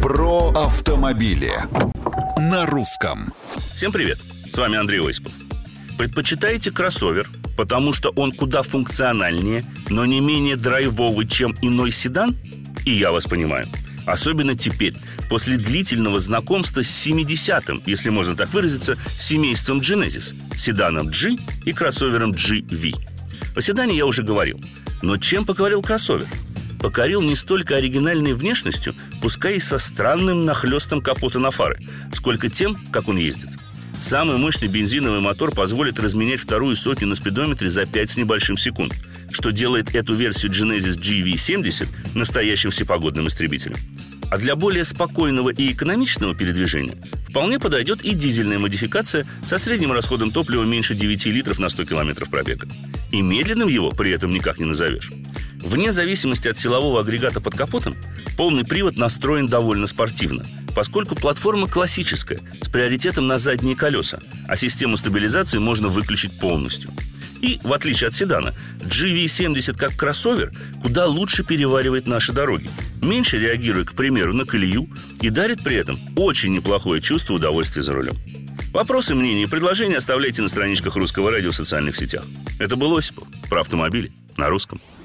Про автомобили на русском. Всем привет, с вами Андрей Осипов. Предпочитаете кроссовер, потому что он куда функциональнее, но не менее драйвовый, чем иной седан? И я вас понимаю. Особенно теперь, после длительного знакомства с 70-м, если можно так выразиться, семейством Genesis, седаном G и кроссовером GV. О седане я уже говорил. Но чем покорил кроссовер? Покорил не столько оригинальной внешностью, пускай и со странным нахлестом капота на фары, сколько тем, как он ездит. Самый мощный бензиновый мотор позволит разменять вторую сотню на спидометре за 5 с небольшим секунд, что делает эту версию Genesis GV70 настоящим всепогодным истребителем. А для более спокойного и экономичного передвижения вполне подойдет и дизельная модификация со средним расходом топлива меньше 9 литров на 100 километров пробега. И медленным его при этом никак не назовешь. Вне зависимости от силового агрегата под капотом, полный привод настроен довольно спортивно, поскольку платформа классическая, с приоритетом на задние колеса, а систему стабилизации можно выключить полностью. И, в отличие от седана, GV70 как кроссовер куда лучше переваривает наши дороги, меньше реагируя, к примеру, на колею и дарит при этом очень неплохое чувство удовольствия за рулем. Вопросы, мнения и предложения оставляйте на страничках Русского радио в социальных сетях. Это был Осипов про автомобили на русском.